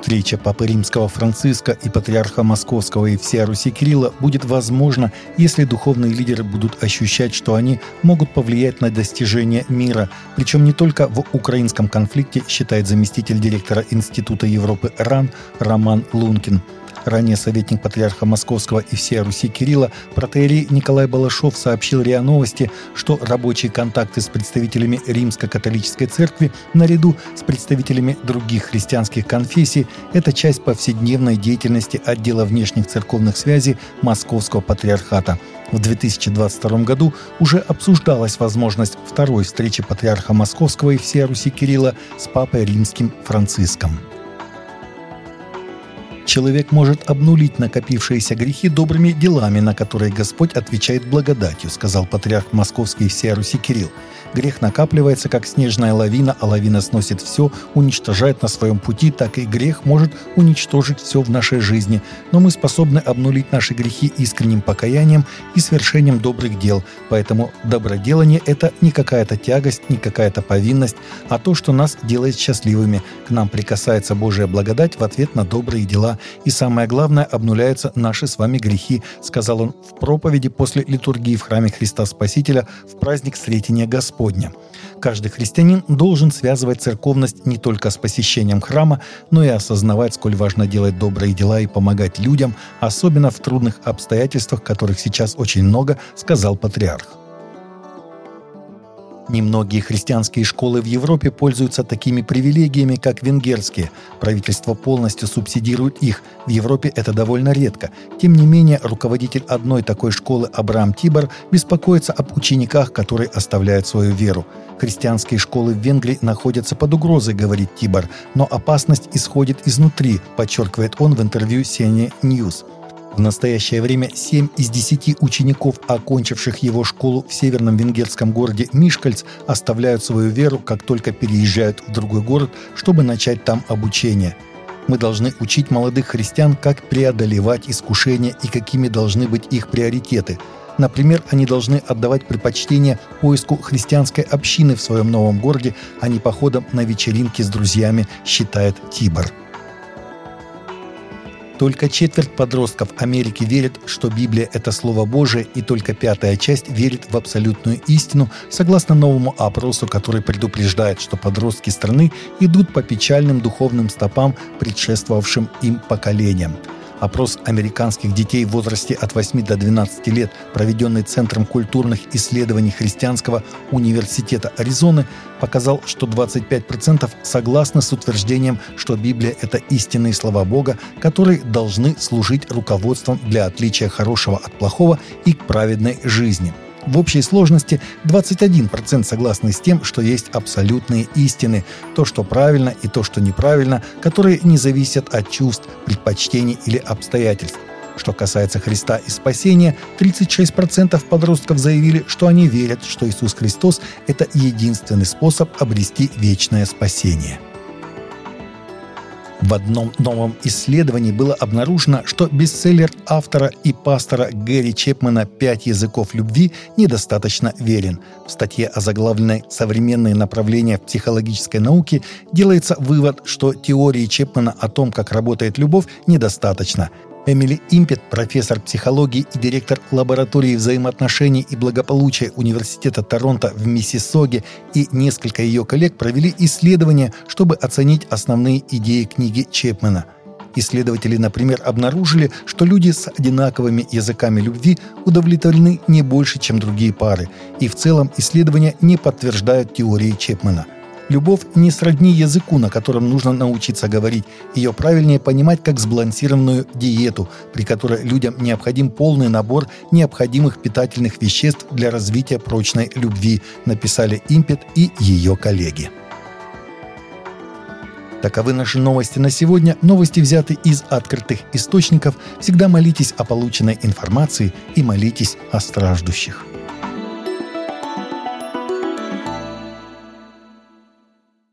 Встреча Папы Римского Франциска и Патриарха Московского и всея Руси Кирилла будет возможна, если духовные лидеры будут ощущать, что они могут повлиять на достижение мира, причем не только в украинском конфликте, считает заместитель директора Института Европы РАН Роман Лункин. Ранее советник Патриарха Московского и всея Руси Кирилла протоиерей Николай Балашов сообщил РИА Новости, что рабочие контакты с представителями Римско-католической церкви наряду с представителями других христианских конфессий – это часть повседневной деятельности отдела внешних церковных связей Московского патриархата. В 2022 году уже обсуждалась возможность второй встречи Патриарха Московского и всея Руси Кирилла с Папой Римским Франциском. Человек может обнулить накопившиеся грехи добрыми делами, на которые Господь отвечает благодатью, сказал патриарх Московский и всея Руси Кирилл. Грех накапливается, как снежная лавина, а лавина сносит все, уничтожает на своем пути, так и грех может уничтожить все в нашей жизни. Но мы способны обнулить наши грехи искренним покаянием и совершением добрых дел. Поэтому доброделание – это не какая-то тягость, не какая-то повинность, а то, что нас делает счастливыми. К нам прикасается Божья благодать в ответ на добрые дела. И самое главное, обнуляются наши с вами грехи, сказал он в проповеди после литургии в храме Христа Спасителя в праздник Сретения Господня. Каждый христианин должен связывать церковность не только с посещением храма, но и осознавать, сколь важно делать добрые дела и помогать людям, особенно в трудных обстоятельствах, которых сейчас очень много, сказал патриарх. Немногие христианские школы в Европе пользуются такими привилегиями, как венгерские. Правительство полностью субсидирует их. В Европе это довольно редко. Тем не менее, руководитель одной такой школы Абрам Тибор беспокоится об учениках, которые оставляют свою веру. Христианские школы в Венгрии находятся под угрозой, говорит Тибор, но опасность исходит изнутри, подчеркивает он в интервью CNN News. В настоящее время 7 из 10 учеников, окончивших его школу в северном венгерском городе Мишкальц, оставляют свою веру, как только переезжают в другой город, чтобы начать там обучение. Мы должны учить молодых христиан, как преодолевать искушения и какими должны быть их приоритеты. Например, они должны отдавать предпочтение поиску христианской общины в своем новом городе, а не походам на вечеринки с друзьями, считает Тибор. Только четверть подростков Америки верит, что Библия – это Слово Божие, и только 1/5 часть верит в абсолютную истину, согласно новому опросу, который предупреждает, что подростки страны идут по печальным духовным стопам, предшествовавшим им поколениям. Опрос американских детей в возрасте от 8 до 12 лет, проведенный Центром культурных исследований Христианского университета Аризоны, показал, что 25% согласны с утверждением, что Библия – это истинные слова Бога, которые должны служить руководством для отличия хорошего от плохого и к праведной жизни. В общей сложности 21% согласны с тем, что есть абсолютные истины, то, что правильно, и то, что неправильно, которые не зависят от чувств, предпочтений или обстоятельств. Что касается Христа и спасения, 36% подростков заявили, что они верят, что Иисус Христос – это единственный способ обрести вечное спасение. В одном новом исследовании было обнаружено, что бестселлер автора и пастора Гэри Чепмена «5 языков любви» недостаточно верен. В статье, озаглавленной «Современные направления в психологической науке», делается вывод, что теории Чепмена о том, как работает любовь, недостаточно. Эмили Импет, профессор психологии и директор лаборатории взаимоотношений и благополучия Университета Торонто в Миссиссоге, и несколько ее коллег провели исследования, чтобы оценить основные идеи книги Чепмена. Исследователи, например, обнаружили, что люди с одинаковыми языками любви удовлетворены не больше, чем другие пары, и в целом исследования не подтверждают теории Чепмена. Любовь не сродни языку, на котором нужно научиться говорить. Ее правильнее понимать как сбалансированную диету, при которой людям необходим полный набор необходимых питательных веществ для развития прочной любви, написали Импет и ее коллеги. Таковы наши новости на сегодня. Новости взяты из открытых источников. Всегда молитесь о полученной информации и молитесь о страждущих.